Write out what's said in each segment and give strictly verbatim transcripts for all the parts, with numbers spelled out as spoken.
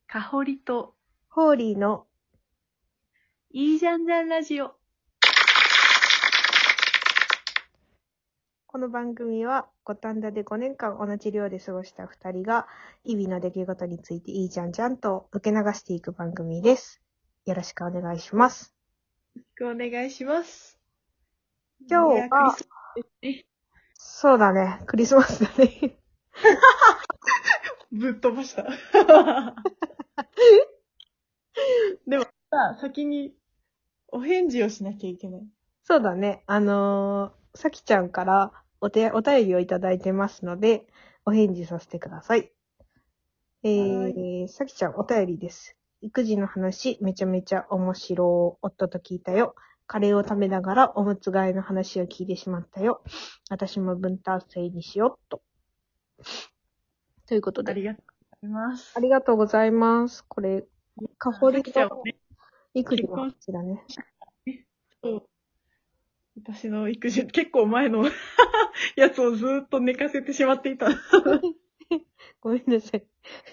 かほりと、 ホーリーのいいじゃんじゃんラジオ。 この番組は五反田でごねんかん同じ寮で過ごしたふたりが日々の出来事についていいじゃんじゃんと受け流していく番組です。よろしくお願いします。 よろしくお願いします。 今日は、 いやクリスマスですね。 そうだね、クリスマスだね。 ぶっ飛ばした。でもさ、先にお返事をしなきゃいけない。 そうだね、あのー、さきちゃんからお手お便りをいただいてますので、お返事させてください。えー、さきちゃんお便りです。育児の話めちゃめちゃ面白い。夫と聞いたよ。カレーを食べながらおむつ替えの話を聞いてしまったよ。私も分担制にしよっと。ということで。 ありがとうございます。 ありがとうございます。これ、かほりとね、 育児の話だね。 そう。私の育児、結構前のやつをずーっと寝かせてしまっていた。 ごめんなさい。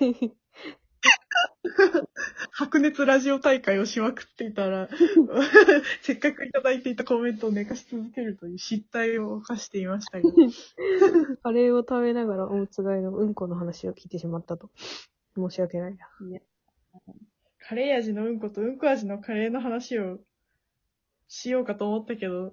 白熱ラジオ大会をしまくっていたら、せっかくいただいていたコメントを寝かし続けるという失態を犯していましたが。 カレーを食べながらおむつ替えのうんこの話を聞いてしまったと。申し訳ないな。 カレー味のうんことうんこ味のカレーの話をしようかと思ったけど。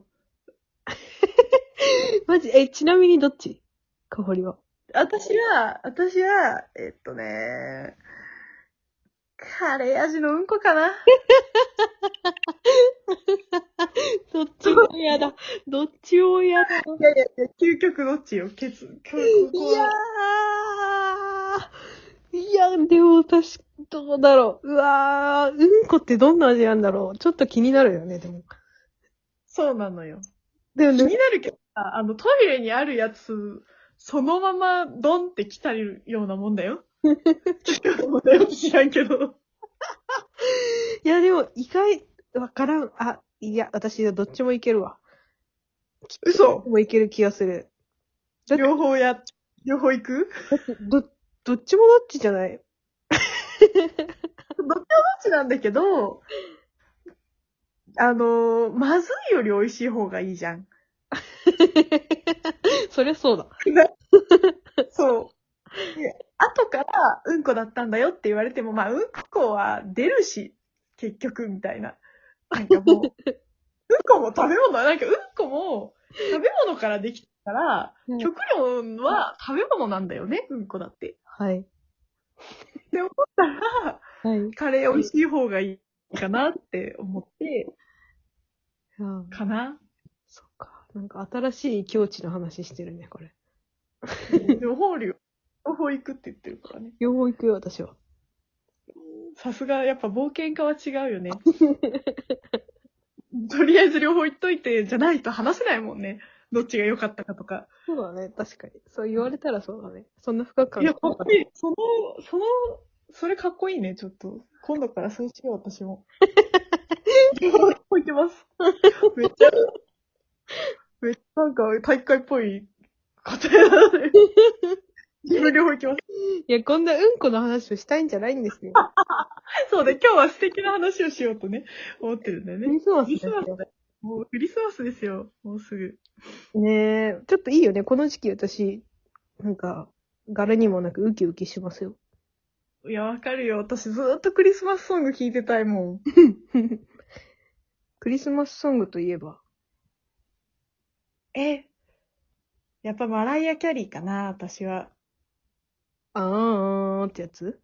マジ、え、ちなみにどっち？かほりは。 私は、私は、えっとね、カレー味のうんこかな。 どっちも嫌だ。どっちも嫌だ。いやいやいや、究極どっちよ、ケツ。ここいやー。いや、でも私、どうだろう。うわー、うんこってどんな味なんだろう。ちょっと気になるよね、でも。 そうなのよ。 でもね、 気になるけどさ、あの、トイレにあるやつ、そのままドンって来たるようなもんだよ。知らんけど。 いや、でも意外、わからん。あ、いや、私どっちもいけるわ。 嘘もいける気がする。 両方や、両方行くど、どっちもどっちじゃない？ どっちもどっちなんだけど、あのー、まずいより美味しい方がいいじゃん。 そりゃそうだ。 そう。で、後からうんこだったんだよって言われても、まあ、うんこは出るし、結局、みたいな。なんかもう、うんこも食べ物、なんかうんこも食べ物からできたから、 うん極論は食べ物なんだよね、うんこだって。 はい。 って思ったら、 はい。 カレー美味しい方がいいかなって思って、 うんかな。 そっか。なんか新しい境地の話してるね、これ。 でも、法律、両方行くって言ってるからね。 両方行くよ、私は。 さすが、やっぱ冒険家は違うよね。とりあえず両方言っといて、じゃないと話せないもんね。どっちが良かったかとか。 そうだね、確かに。そう言われたらそうだね。そんな深く考えいや、かっこいい。その、その、それかっこいいね、ちょっと。今度からそうしよう、私も。両方置いてます。めっちゃ、めっちゃなんか大会っぽい答えなので。自分両方行きます。 いや、こんなうんこの話をしたいんじゃないんですよ。 そうで、今日は素敵な話をしようとね、思ってるんだよね。 クリスマスクリですよ。 スマスだよ。もうクリスマスですよ。もうすぐ。 ねえ、ちょっといいよね。この時期私、なんか、柄にもなくウキウキしますよ。 いや、わかるよ。私ずーっとクリスマスソング聴いてたいもん。 クリスマスソングといえば。 え、やっぱマライア・キャリーかな、私は。 あーあーってやつ？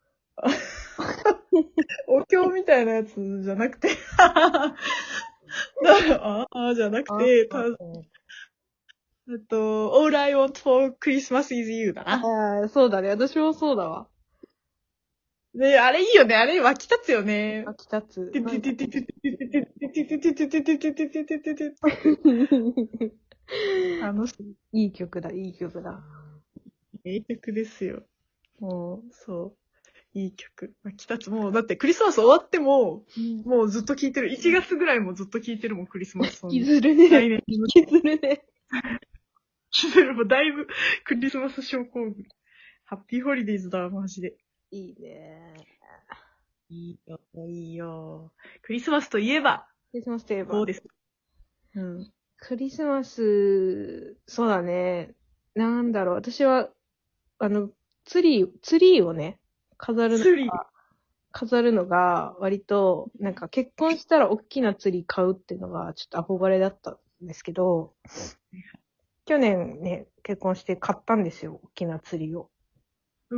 お経みたいなやつじゃなくて。ああ、じゃなくて、た、えっと、All I Want for Christmas is You だな。 ああ、そうだね。私もそうだわ。 ね、あれいいよね。あれ湧き立つよね。 飽き立つ。 楽しい。 いい曲だ、いい曲だ。 いい曲ですよ。もう、そう。いい曲。湧き立つ。もう、だってクリスマス終わっても、もうずっと聴いてる。いちがつぐらいもずっと聴いてるもん、クリスマスソング。 引きずるね。 来年引きずるね。 引きずる。もうだいぶクリスマス症候群。ハッピーホリデーズだわ、マジで。 いいね。 いいよ、いいよ。クリスマスといえば、 クリスマスといえば。 こうです。うん。 クリスマス、そうだね。なんだろう。私は、あの、ツリー、ツリーをね、飾るのツリー。 が、飾るのが割と、なんか結婚したら大きなツリー買うっていうのがちょっと憧れだったんですけど、去年ね、結婚して買ったんですよ。大きなツリーを。 うん。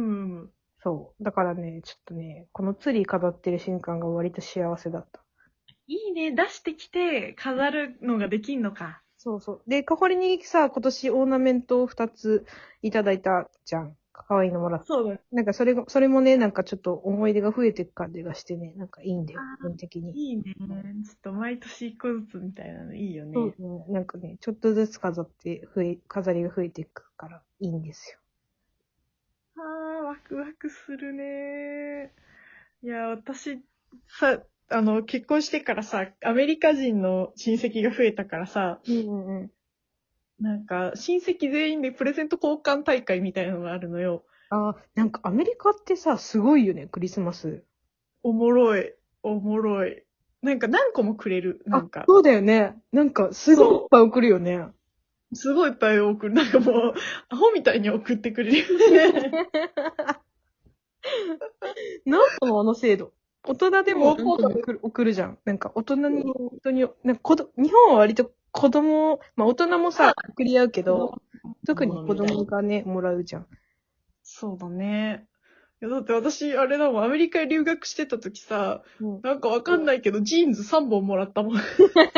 そう。だからね、ちょっとね、このツリー飾ってる瞬間が割と幸せだった。 いいね。出してきて飾るのができんのか。 そうそう。で、かほりにさ、今年オーナメントをふたついただいたじゃん。かわいいのもらって。 そうだね。 なんかそれが、それもね、なんかちょっと思い出が増えていく感じがしてね、なんかいいんだよ、 あ個人的に。 いいね。ちょっと毎年一個ずつみたいなのいいよね。 そうね。なんかね、ちょっとずつ飾って増え、飾りが増えていくからいいんですよ。 ああ、ワクワクするね。いや、私、さ、あの、結婚してからさ、アメリカ人の親戚が増えたからさ、 うんうんうん。 なんか、親戚全員でプレゼント交換大会みたいなのがあるのよ。 あ、なんかアメリカってさ、すごいよね、クリスマス。 おもろい。おもろい。なんか何個もくれる。なあ、 んか。 そうだよね。なんか、すごいいっそぱい送るよね。 う。すごいいっぱい送る。なんかもう、アホみたいに送ってくれるよね。 なんなのあの制度。大人でももうなんか送る、送るじゃん。なんか大人に、本当に、なんか子供、日本は割と子供、まあ大人もさ、送り合うけど、特に子供がね、もらうじゃん。 そうだね。いや、だって私、あれだもん、アメリカに留学してた時さ、 うん。 なんかわかんないけど、ジーンズさんぼんもらったもん。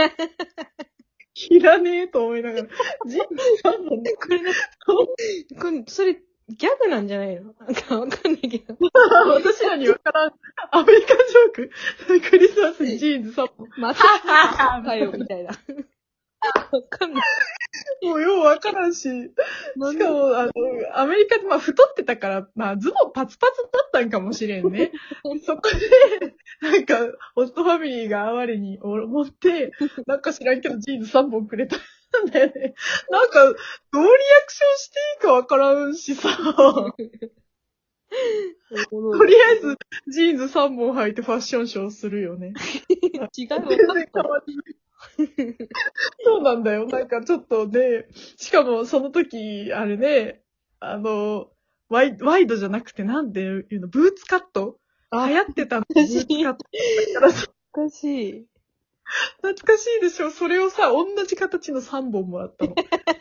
いらねえと思いながら。ジーンズさんぼんで、 これね、これ、それ、ギャグなんじゃないのなんかわかんないけど。 私らにわからん、アメリカンジョーク、クリスマスにジーンズさんぼん。 また、かよ、みたいな。わかんない。 もうようわからんし。しかも、あの、アメリカで、まあ、太ってたから、まあ、ズボンパツパツだったんかもしれんね。そこで、なんか、ホストファミリーが哀れに思って、なんか知らんけど、ジーンズさんぼんくれたんだよね。なんか、どうリアクションしていいかわからんしさ。とりあえず、ジーンズさんぼん履いてファッションショーするよね。 違うわ全然変わらない。そうなんだよ。なんかちょっとね、しかもその時、あれね、あの、ワイワイドじゃなくてなんていうの、ブーツカットあ、 流行ってたの、ブーツカットだからさ、 おかしい。 懐かしいでしょ。それをさ、同じ形のさんぼんもらったの。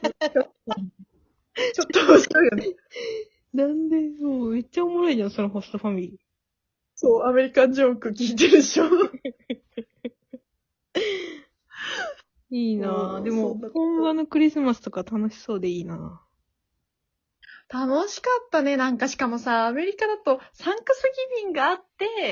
ちょっと面白いよね。 なんで、もうめっちゃおもろいじゃん、そのホストファミリー。 そう、アメリカンジョーク聞いてるでしょ。 いいなぁ。でもそうだ、 本場のクリスマスとか楽しそうでいいな楽しかったね。なんかしかもさ、アメリカだとサンクスギビングがあって、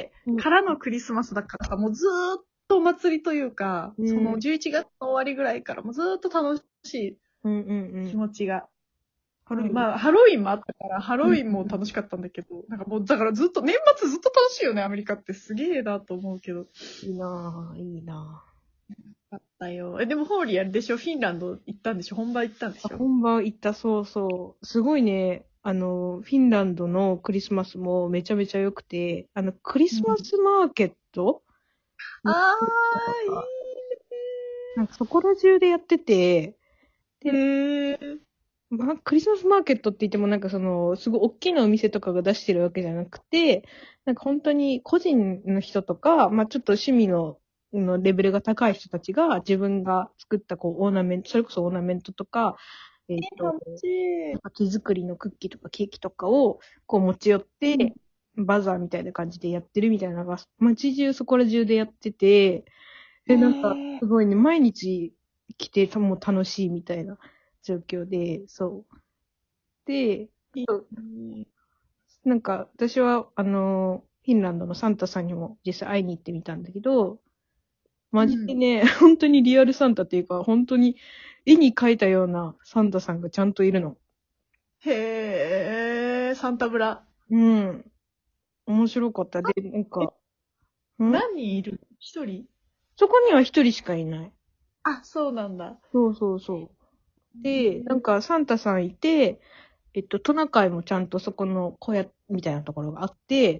ぁ。 からのクリスマスだからさ、もうずーっとお祭りというか、 うんそのじゅういちがつの終わりぐらいからもうずーっと楽しうんうんうい気ん。 持ちが。 ハロウィン。 まあ、ハロウィンもあったから、ハロウィンも楽しかったんだけど、なんかもう、だからずっと、年末ずっと楽しいよね、アメリカって。すげえなと思うけど。 いいなぁ、いいなあったよ。え、でもホーリーあれでしょ、フィンランド行ったんでしょ、本場行ったんでしぁ。 ょ。 本場行った、そうそう。すごいね、あの、フィンランドのクリスマスもめちゃめちゃ良くて、あの、クリスマスマーケット、 ああ、いいなんかそこら中でやってて、 ね。へえ。 まあ、クリスマスマーケットって言ってもなんかその、すごい大きなお店とかが出してるわけじゃなくて、なんか本当に個人の人とか、まあちょっと趣味の、のレベルが高い人たちが自分が作ったこうオーナメント、それこそオーナメントとか、えっと、 楽しい。 なんか手作りのクッキーとかケーキとかをこう持ち寄って、バザーみたいな感じでやってるみたいなのが、街中そこら中でやってて、で、なんかすごいね、毎日来てもう楽しいみたいな状況で、そう。で、 いいね。 なんか私は、あの、フィンランドのサンタさんにも実際会いに行ってみたんだけど、マジでね、本当にリアルサンタっていうか、本当に絵に描いたようなサンタさんがちゃんといるの。 へえ、サンタブラ。 うん。面白かった。で、なんか、ん何人いる？一人？ そこには一人しかいない。 あ、そうなんだ。 そうそうそう。で、なんかサンタさんいて、えっと、トナカイもちゃんとそこの小屋みたいなところがあって、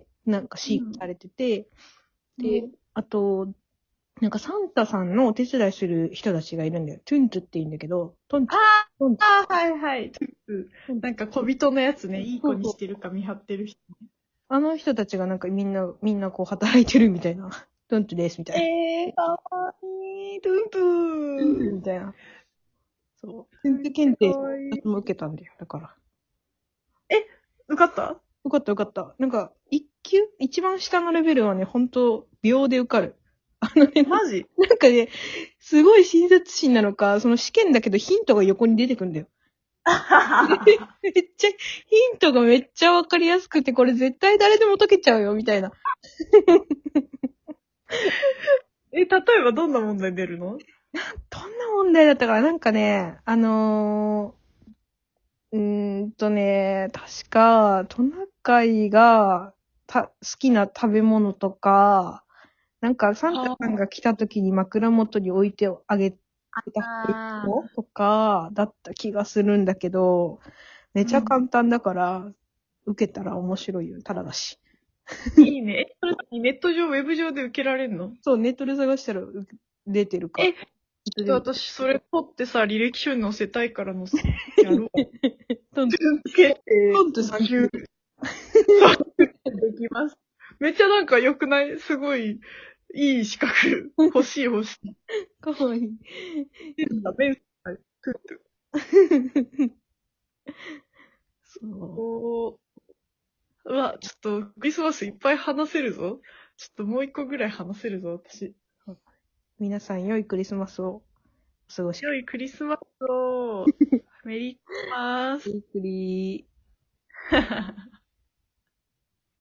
なんか飼育されてて、 うん、 で、 うん、 あと、なんかサンタさんのお手伝いする人たちがいるんだよ。トゥントゥって言うんだけど、トントゥ、 あトントゥ、 あ、はいはい。トゥクトントゥなんか小人のやつね、いい子にそうそうしてるか見張ってる人。 あの人たちがなんかみんな、みんなこう働いてるみたいな。トントゥですみたいな。 えー、かわいい。トゥントゥトゥントゥー。 みたいな。そう。トゥントゥめっちゃか検定、 わいい。 私も受けたんだよ。だから。 え、受かった？ よかったよかった。なんか、一級一番下のレベルはね、ほんと、秒で受かる。あのね、 マジ？ なんかね、すごい親切心なのか、その試験だけどヒントが横に出てくんだよ。めっちゃ、ヒントがめっちゃわかりやすくて、これ絶対誰でも解けちゃうよ、みたいな。 え、例えばどんな問題出るの？ どんな問題だったかななんかね、あのー、うーんとね、確か、トナカイがた好きな食べ物とか、なんかサンタさんが来た時に枕元に置いてあげてたあのとかだった気がするんだけど、めちゃ簡単だから、受けたら面白いよ。ただだし。 いいね。え、それネット上、ウェブ上で受けられんの？ そう、ネットで探したらう出てるから。 え、ちょっと私、それ取ってさ、履歴書に載せたいから載せ、やろう。 トント受けて、 トントさん級。 できます。めっちゃなんか良くない？すごい、いい資格。欲しい欲しい。 かわいい。 メンサー、トゥトゥ。 そう。 おー。うわ、ちょっと、クリスマスいっぱい話せるぞ。ちょっともう一個ぐらい話せるぞ、私。 皆さん、良いクリスマスをお過ごしく良いクリスマスを。メリークリスマス。 ださい。クリー。